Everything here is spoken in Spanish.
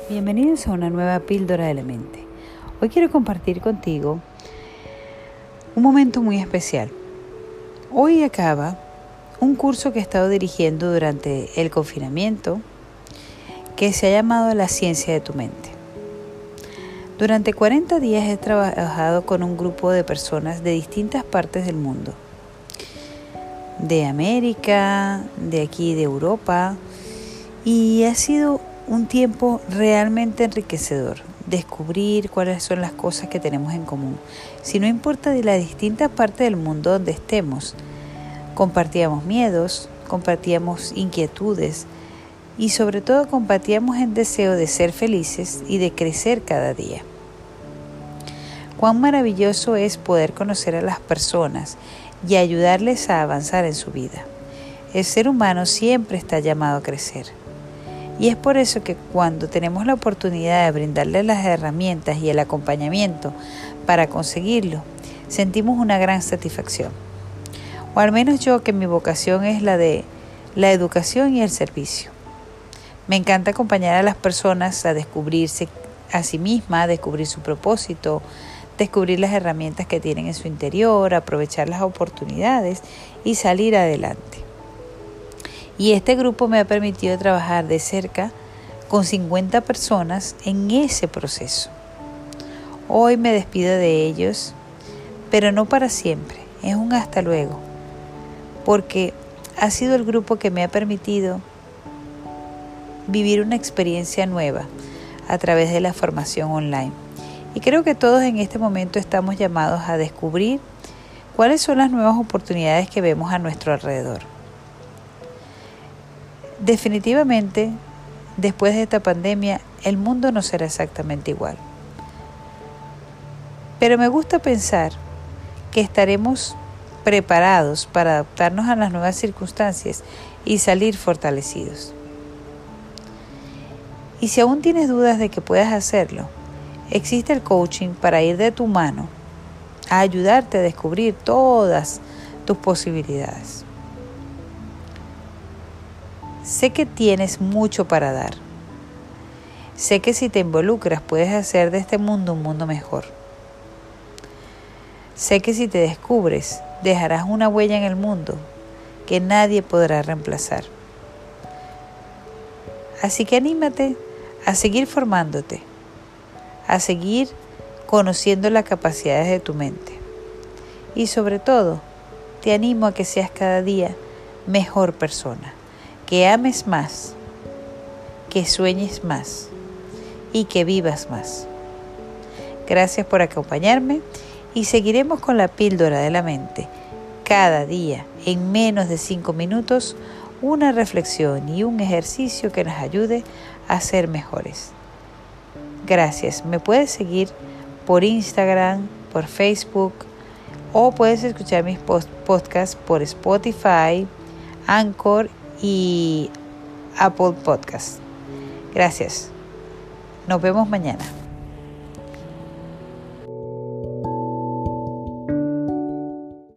Bienvenidos a una nueva píldora de la mente. Hoy quiero compartir contigo un momento muy especial. Hoy acaba un curso que he estado dirigiendo durante el confinamiento que se ha llamado La Ciencia de tu Mente. Durante 40 días he trabajado con un grupo de personas de distintas partes del mundo. De América, de aquí de Europa, y ha sido un tiempo realmente enriquecedor. Descubrir cuáles son las cosas que tenemos en común. Si no importa de las distintas partes del mundo donde estemos, compartíamos miedos, compartíamos inquietudes y sobre todo compartíamos el deseo de ser felices y de crecer cada día. Cuán maravilloso es poder conocer a las personas y ayudarles a avanzar en su vida. El ser humano siempre está llamado a crecer. Y es por eso que cuando tenemos la oportunidad de brindarles las herramientas y el acompañamiento para conseguirlo, sentimos una gran satisfacción. O al menos yo, que mi vocación es la de la educación y el servicio. Me encanta acompañar a las personas a descubrirse a sí mismas, a descubrir su propósito, descubrir las herramientas que tienen en su interior, aprovechar las oportunidades y salir adelante. Y este grupo me ha permitido trabajar de cerca con 50 personas en ese proceso. Hoy me despido de ellos, pero no para siempre, es un hasta luego, porque ha sido el grupo que me ha permitido vivir una experiencia nueva a través de la formación online. Y creo que todos en este momento estamos llamados a descubrir cuáles son las nuevas oportunidades que vemos a nuestro alrededor. Definitivamente, después de esta pandemia, el mundo no será exactamente igual. Pero me gusta pensar que estaremos preparados para adaptarnos a las nuevas circunstancias y salir fortalecidos. Y si aún tienes dudas de que puedas hacerlo, existe el coaching para ir de tu mano a ayudarte a descubrir todas tus posibilidades. Sé que tienes mucho para dar. Sé que si te involucras puedes hacer de este mundo un mundo mejor. Sé que si te descubres dejarás una huella en el mundo que nadie podrá reemplazar. Así que anímate a seguir formándote, a seguir conociendo las capacidades de tu mente. Y sobre todo, te animo a que seas cada día mejor persona. Que ames más, que sueñes más y que vivas más. Gracias por acompañarme y seguiremos con la píldora de la mente. Cada día, en menos de 5 minutos, una reflexión y un ejercicio que nos ayude a ser mejores. Gracias. Me puedes seguir por Instagram, por Facebook, o puedes escuchar mis podcasts por Spotify, Anchor y Apple Podcast. Gracias. Nos vemos mañana.